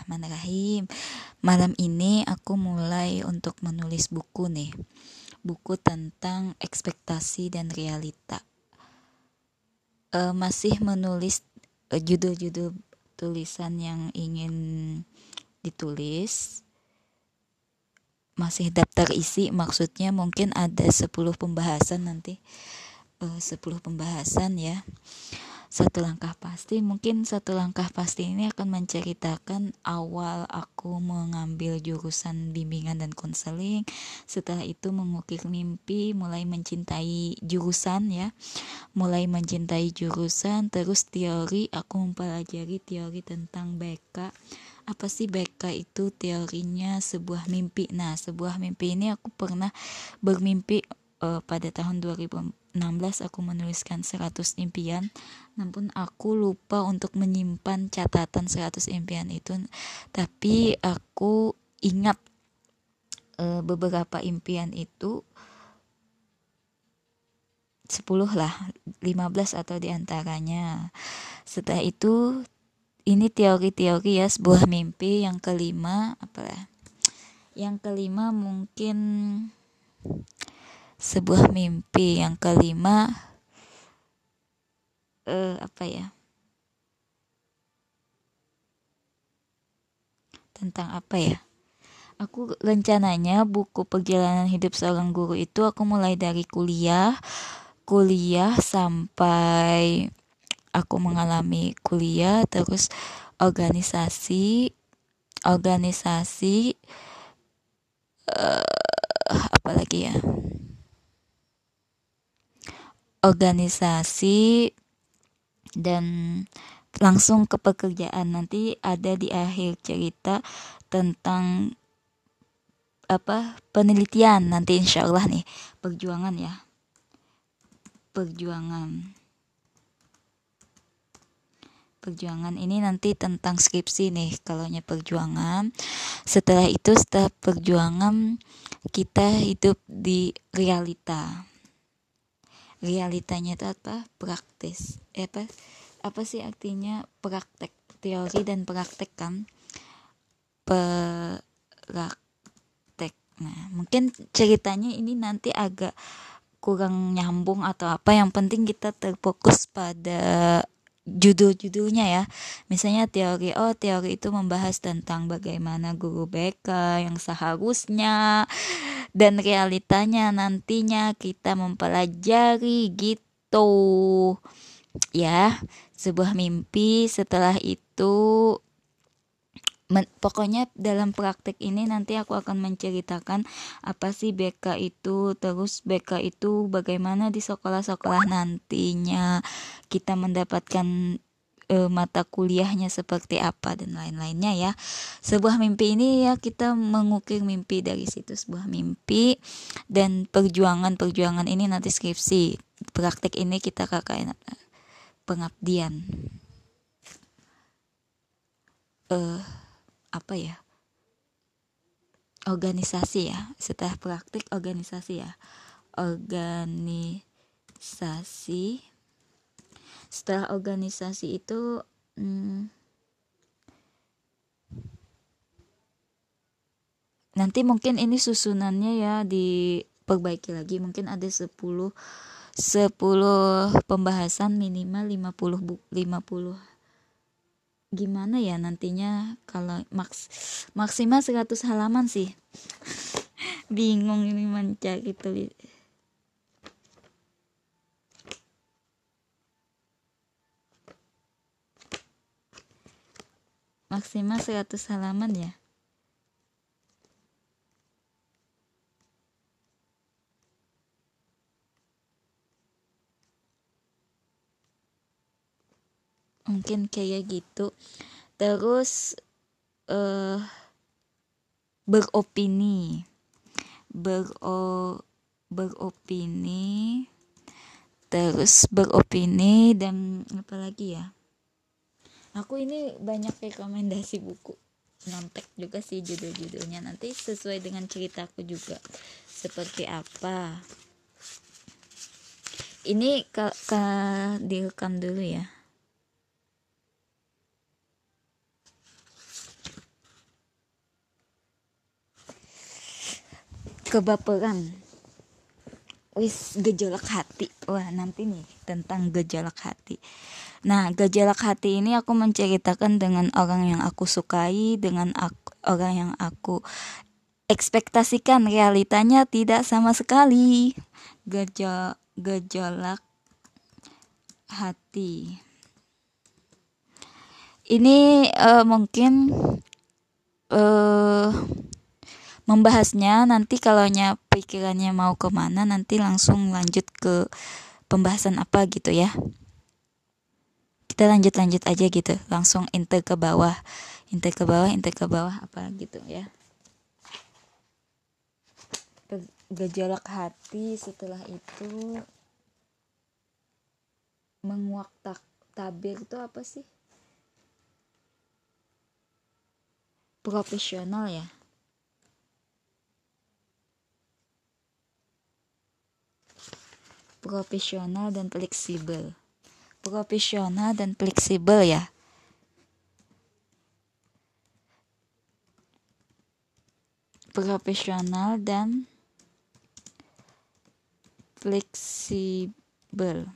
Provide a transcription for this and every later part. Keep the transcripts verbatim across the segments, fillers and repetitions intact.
Bismillahirrahmanirrahim. Malam ini aku mulai untuk menulis buku nih. Buku tentang ekspektasi dan realita. E, masih menulis e, judul-judul tulisan yang ingin ditulis. Masih daftar isi, maksudnya mungkin ada sepuluh pembahasan nanti. E, sepuluh pembahasan ya. Satu langkah pasti, mungkin satu langkah pasti ini akan menceritakan awal aku mengambil jurusan bimbingan dan konseling, setelah itu mengukir mimpi, mulai mencintai jurusan ya, mulai mencintai jurusan, terus teori, aku mempelajari teori tentang B K. Apa sih B K itu? Teorinya sebuah mimpi. Nah, sebuah mimpi ini aku pernah bermimpi uh, pada tahun dua ribu enam belas aku menuliskan seratus impian, namun aku lupa untuk menyimpan catatan seratus impian itu, tapi aku ingat e, beberapa impian itu, sepuluh lah, lima belas atau diantaranya. Setelah itu, ini teori-teori ya, sebuah mimpi. Yang kelima, apa ya? Yang kelima mungkin sebuah mimpi. Yang kelima, eh, apa ya? Tentang apa ya? Aku rencananya buku perjalanan hidup seorang guru itu aku mulai dari kuliah, kuliah sampai aku mengalami kuliah, terus organisasi, organisasi, uh, apa lagi ya? Organisasi dan langsung ke pekerjaan. Nanti ada di akhir cerita tentang apa penelitian nanti insya Allah nih, perjuangan ya, perjuangan perjuangan ini nanti tentang skripsi nih kalaunya perjuangan. Setelah itu, setelah perjuangan kita hidup di realita. Realitanya itu apa? Praktis. Eh, apa apa sih artinya praktek? Teori dan praktek kan? Praktek. Nah, mungkin ceritanya ini nanti agak kurang nyambung atau apa. Yang penting kita terfokus pada judul-judulnya ya. Misalnya teori, oh teori itu membahas tentang bagaimana guru B K yang seharusnya, dan realitanya nantinya kita mempelajari gitu ya. Sebuah mimpi. Setelah itu Men, pokoknya dalam praktek ini nanti aku akan menceritakan apa sih B K itu, terus B K itu bagaimana di sekolah-sekolah nantinya kita mendapatkan e, mata kuliahnya seperti apa dan lain-lainnya ya. Sebuah mimpi ini ya, kita mengukir mimpi dari situ, sebuah mimpi, dan perjuangan-perjuangan ini nanti skripsi. Praktek ini kita kakak pengabdian. Eh apa ya, organisasi ya, setelah praktik organisasi ya, organisasi. Setelah organisasi itu hmm, nanti mungkin ini susunannya ya diperbaiki lagi, mungkin ada sepuluh sepuluh pembahasan, minimal lima puluh bu, lima puluh gimana ya nantinya, kalau maks maksimal seratus halaman sih. Bingung ini mencari tulis. Maksimal seratus halaman ya. Mungkin kayak gitu. Terus uh, beropini, Bero, beropini, terus beropini dan apa lagi ya? Aku ini banyak rekomendasi buku, nyontek juga sih judul-judulnya. Nanti sesuai dengan ceritaku juga seperti apa. Ini ke, ke direkam dulu ya. kebaperan, wis gejolak hati. Wah, nanti nih tentang gejolak hati. Nah, gejolak hati ini aku menceritakan dengan orang yang aku sukai, dengan aku, orang yang aku ekspektasikan, realitanya tidak sama sekali. Gejo, gejolak hati. Ini uh, mungkin uh, membahasnya nanti kalaunya pikirannya mau kemana, nanti langsung lanjut ke pembahasan apa gitu ya. Kita lanjut-lanjut aja gitu, langsung enter ke bawah, enter ke bawah, enter ke bawah apa gitu ya. Gejolak hati, setelah itu menguak tak tabir itu apa sih? Profesional ya. Profesional dan fleksibel. Profesional dan fleksibel ya. Profesional dan fleksibel.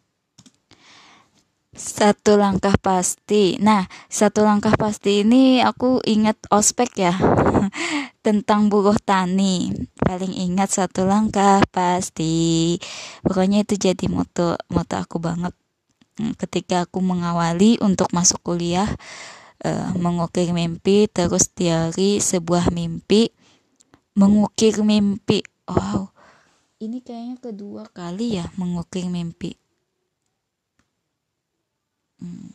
Satu langkah pasti. Nah, satu langkah pasti ini aku ingat ospek ya. Tentang buruh tani. Paling ingat satu langkah pasti. Pokoknya itu jadi moto moto aku banget. Ketika aku mengawali untuk masuk kuliah, uh, mengukir mimpi, terus teori sebuah mimpi, mengukir mimpi. Wow, ini kayaknya kedua kali ya mengukir mimpi. Hmm.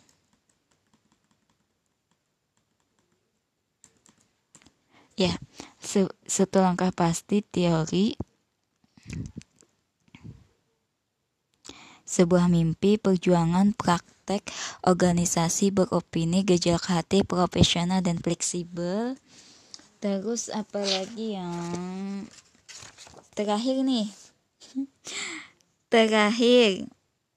Ya, se- satu langkah pasti teori, sebuah mimpi, perjuangan, praktek, organisasi, beropini, gejolak hati, profesional dan fleksibel. Terus apa lagi yang terakhir nih? Terakhir.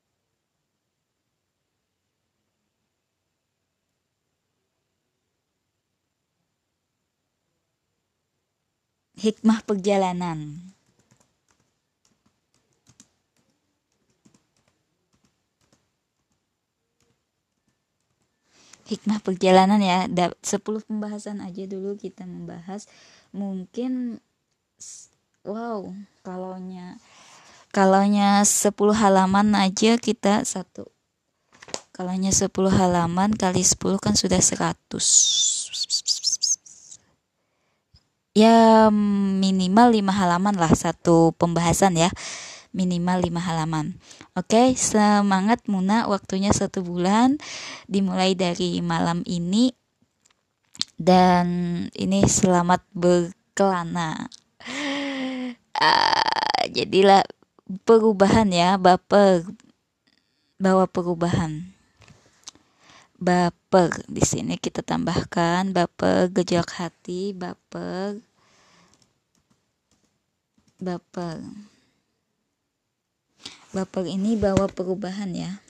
Hikmah perjalanan. Hikmah perjalanan ya. sepuluh pembahasan aja dulu kita membahas. Mungkin wow, kalaunya kalaunya sepuluh halaman aja kita satu. Kalaunya sepuluh halaman kali sepuluh kan sudah seratus. Ya minimal lima halaman lah satu pembahasan ya. Minimal lima halaman. Oke, semangat Muna, waktunya satu bulan dimulai dari malam ini. Dan ini selamat berkelana. Ah, jadilah perubahan ya, baper. Bawa perubahan. Baper, di sini kita tambahkan baper, gejolak hati, baper. Baper. Baper ini bawa perubahan ya.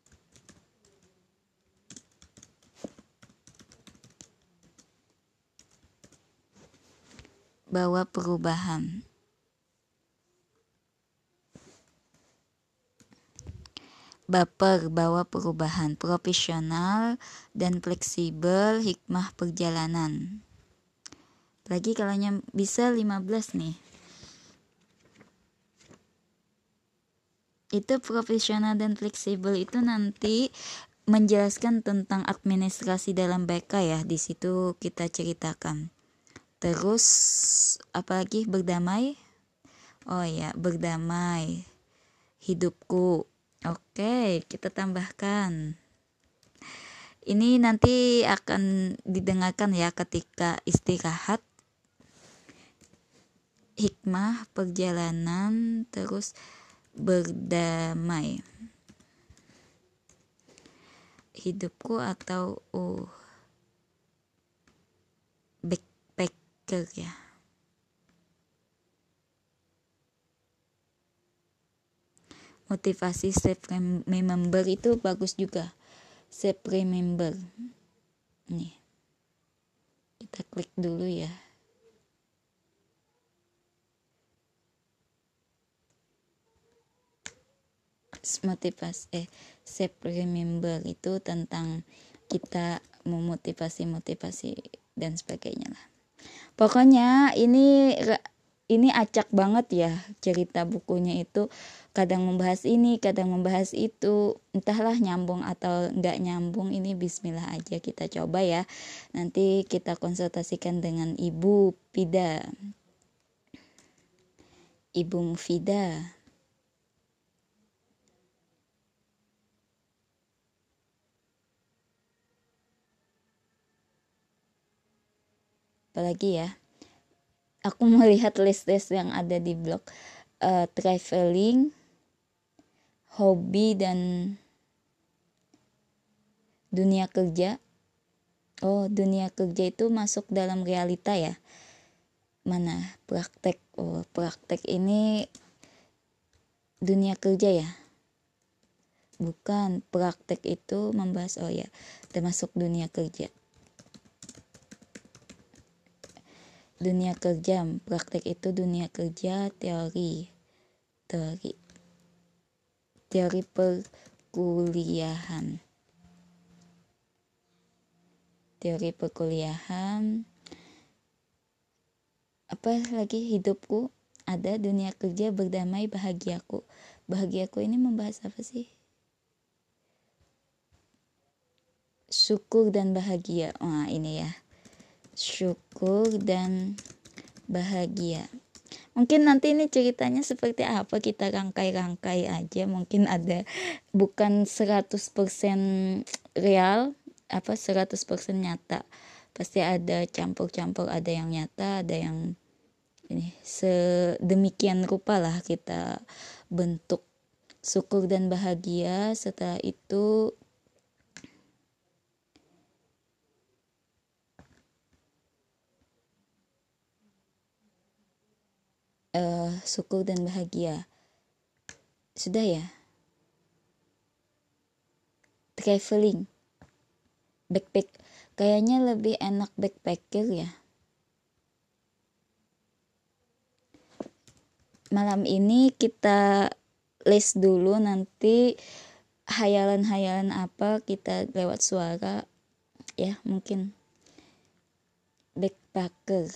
Bawa perubahan. Baper, bawa perubahan. Profesional dan fleksibel, hikmah perjalanan. Lagi kalaunya bisa lima belas nih. Itu profesional dan fleksibel itu nanti menjelaskan tentang administrasi dalam B K ya, di situ kita ceritakan. Terus apalagi berdamai? Oh ya, berdamai. Hidupku. Oke, kita tambahkan. Ini nanti akan didengarkan ya ketika istirahat. Hikmah perjalanan, terus berdamai. Hidupku atau uh backpacker ya. Motivasi self remember itu bagus juga. Self remember. Nih. Kita klik dulu ya. motivasi eh self remember itu tentang kita memotivasi-motivasi dan sebagainya lah. Pokoknya ini ini acak banget ya cerita bukunya itu, kadang membahas ini kadang membahas itu, entahlah nyambung atau enggak nyambung, ini bismillah aja kita coba ya. Nanti kita konsultasikan dengan Ibu Fida. Ibu Mufida. Apalagi ya, aku melihat list-list yang ada di blog, uh, traveling, hobi, dan dunia kerja. Oh, dunia kerja itu masuk dalam realita ya. Mana praktek? Oh, praktek ini dunia kerja ya. Bukan, praktek itu membahas, oh ya, termasuk dunia kerja. Dunia kerja, praktek itu dunia kerja, teori. Teori. Teori perkuliahan. Teori perkuliahan. Apa lagi, hidupku ada dunia kerja, berdamai, bahagiaku. Bahagiaku ini membahas apa sih? Syukur dan bahagia. Wah, ini ya. Syukur dan bahagia. Mungkin nanti ini ceritanya seperti apa, kita rangkai-rangkai aja. Mungkin ada bukan seratus persen real, apa seratus persen nyata. Pasti ada campur-campur, ada yang nyata, ada yang ini sedemikian rupa lah kita bentuk syukur dan bahagia. Setelah itu uh, syukur dan bahagia sudah ya. Traveling, backpack, kayaknya lebih enak backpacker ya. Malam ini kita list dulu, nanti hayalan-hayalan apa kita lewat suara ya, mungkin backpacker.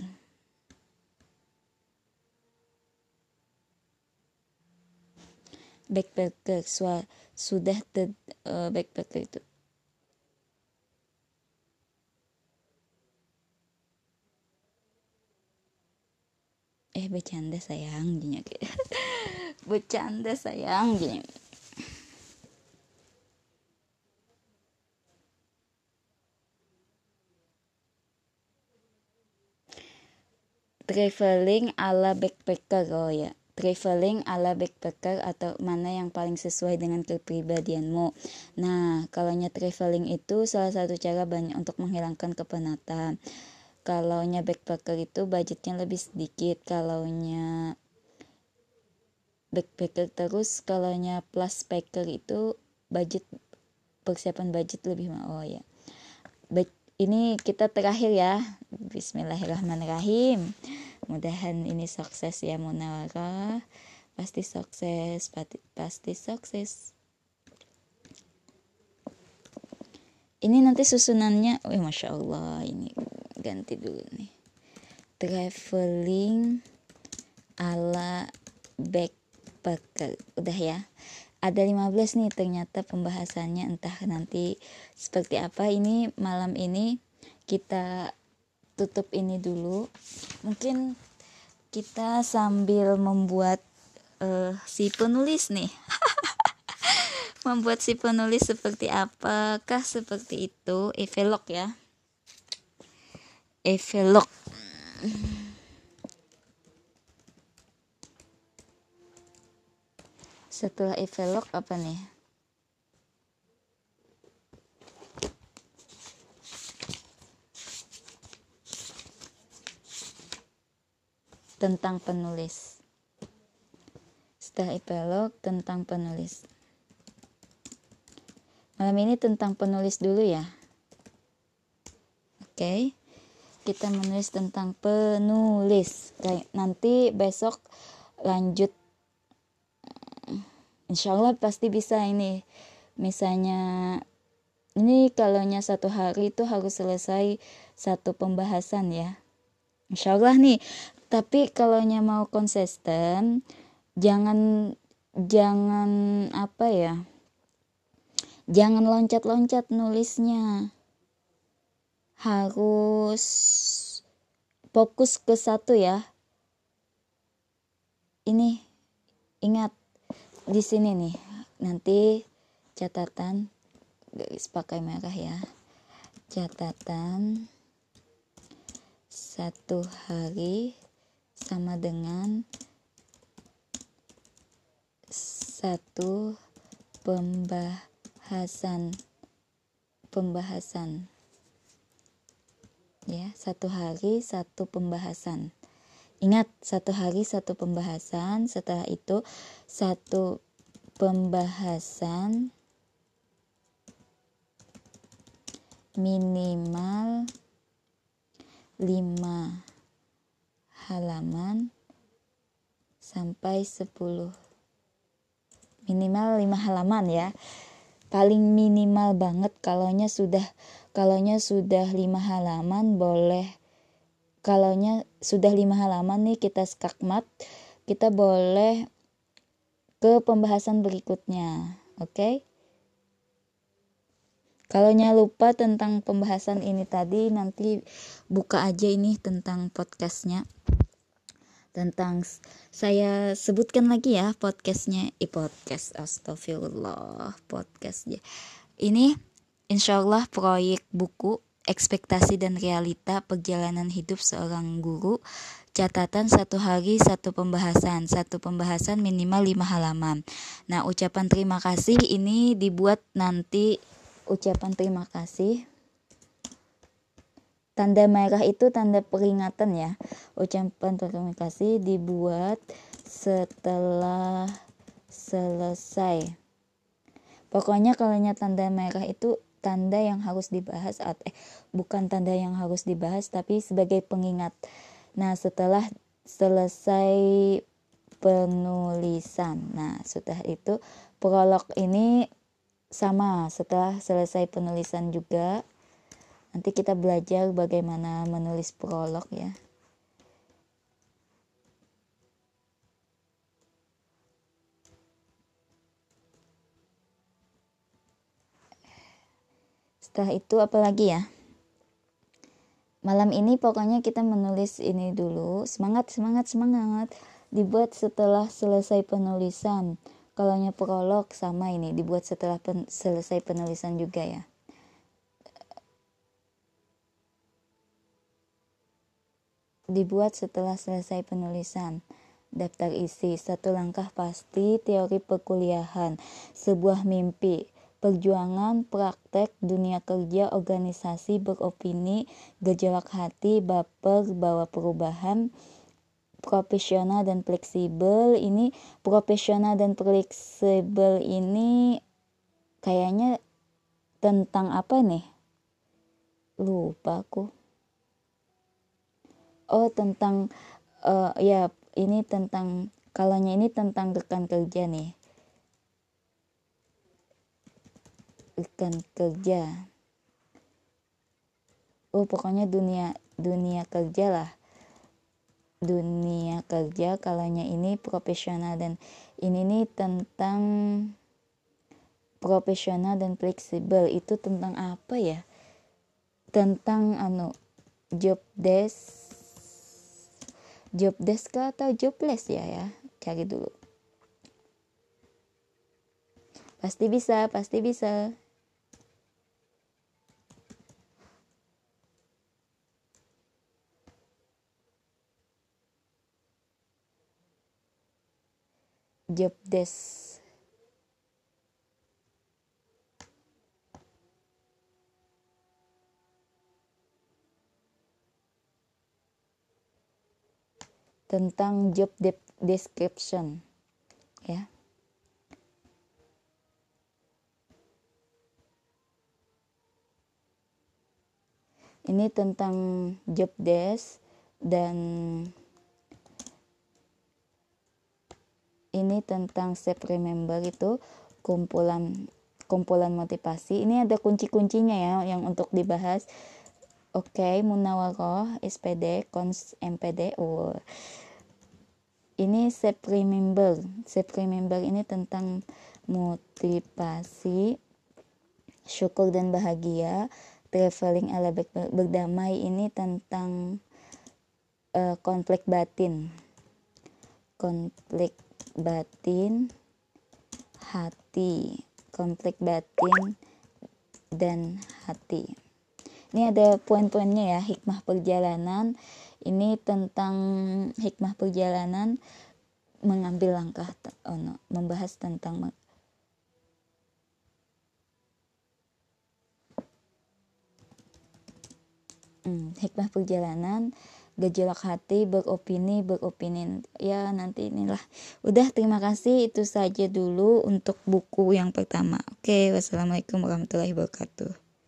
Backpacker suara, sudah ter, uh, backpacker itu eh bercanda sayang gini. Bercanda sayang gini. Traveling ala backpacker. Oh ya, traveling ala backpacker atau mana yang paling sesuai dengan kepribadianmu. Nah, kalaunya traveling itu salah satu cara banyak untuk menghilangkan kepenatan. Kalaunya backpacker itu budgetnya lebih sedikit. Kalaunya backpacker terus, kalaunya plus packer itu budget, persiapan budget lebih mahal. Oh ya, baik, ini kita terakhir ya. Bismillahirrahmanirrahim. Mudahan ini sukses ya Munawarah. Pasti sukses, pasti, pasti sukses. Ini nanti susunannya, oh masya Allah, ini ganti dulu nih. Traveling ala backpacker, udah ya. Ada lima belas nih ternyata pembahasannya, entah nanti seperti apa. Ini malam ini kita tutup ini dulu. Mungkin kita sambil membuat uh, si penulis nih. Membuat si penulis seperti apakah seperti itu, evelog ya. Evelog. Setelah evelog apa nih? Tentang penulis. Setelah epilogi tentang penulis. Malam ini tentang penulis dulu ya. Oke. Okay. Kita menulis tentang penulis. Nanti besok lanjut Insya Allah pasti bisa ini. Misalnya ini kalaunya satu hari itu harus selesai satu pembahasan ya. Insya Allah nih. Tapi kalaunya mau konsisten, jangan jangan apa ya? Jangan loncat-loncat nulisnya. Harus fokus ke satu ya. Ini ingat di sini nih. Nanti catatan garis pakai merah ya. Catatan satu hari sama dengan satu pembahasan pembahasan ya, satu hari satu pembahasan. Ingat, satu hari satu pembahasan. Setelah itu satu pembahasan minimal lima halaman sampai sepuluh. Minimal lima halaman ya. Paling minimal banget kalaunya sudah kalaunya sudah lima halaman boleh. Kalaunya sudah lima halaman nih kita skakmat, kita boleh ke pembahasan berikutnya. Oke? Okay? Kalaunya lupa tentang pembahasan ini tadi, nanti buka aja ini tentang podcastnya. Tentang saya sebutkan lagi ya podcastnya, i podcast astagfirullah podcastnya. Ini insyaallah proyek buku Ekspektasi dan Realita Perjalanan Hidup Seorang Guru. Catatan satu hari satu pembahasan, satu pembahasan minimal lima halaman. Nah, ucapan terima kasih ini dibuat nanti ucapan terima kasih. Tanda merah itu tanda peringatan ya. Ucapan terima kasih dibuat setelah selesai. Pokoknya kalaunya tanda merah itu tanda yang harus dibahas atau eh bukan tanda yang harus dibahas tapi sebagai pengingat. Nah, setelah selesai penulisan. Nah, setelah itu prolog ini sama, setelah selesai penulisan juga nanti kita belajar bagaimana menulis prolog ya. Setelah itu apa lagi ya? Malam ini pokoknya kita menulis ini dulu. Semangat, semangat, semangat. Dibuat setelah selesai penulisan. Kalaunya prolog sama ini, dibuat setelah pen- selesai penulisan juga ya. Dibuat setelah selesai penulisan. Daftar isi, satu langkah pasti, teori perkuliahan, sebuah mimpi, perjuangan, praktek, dunia kerja, organisasi, beropini, gejolak hati, baper, bawa perubahan, profesional dan fleksibel. Ini profesional dan fleksibel ini kayaknya tentang apa nih? Lupa aku. Oh, tentang uh, ya ini tentang kalaunya ini tentang rekan kerja nih. Rekan kerja. Oh, pokoknya dunia dunia kerja lah. Dunia kerja kalaunya ini profesional dan ini nih tentang profesional dan fleksibel. Itu tentang apa ya? Tentang anu job desk job desk atau jobless ya ya. Cari dulu. Pasti bisa, pasti bisa. Job desk. Tentang job de- description ya. Ini tentang job desk dan ini tentang self remember, itu kumpulan kumpulan motivasi. Ini ada kunci-kuncinya ya yang untuk dibahas. Oke, okay, Munawaroh, S P D, Cons, M P D. Oh. Ini self remember. Self remember ini tentang motivasi, syukur dan bahagia. Traveling ala berdamai ini tentang uh, konflik batin. Konflik batin, hati, konflik batin dan hati. Ini ada poin-poinnya ya, hikmah perjalanan. Ini tentang hikmah perjalanan, mengambil langkah, oh no, membahas tentang hmm, hikmah perjalanan, gejolak hati, beropini, beropini. Ya nanti inilah. Udah, terima kasih, itu saja dulu untuk buku yang pertama. Oke, wassalamualaikum warahmatullahi wabarakatuh.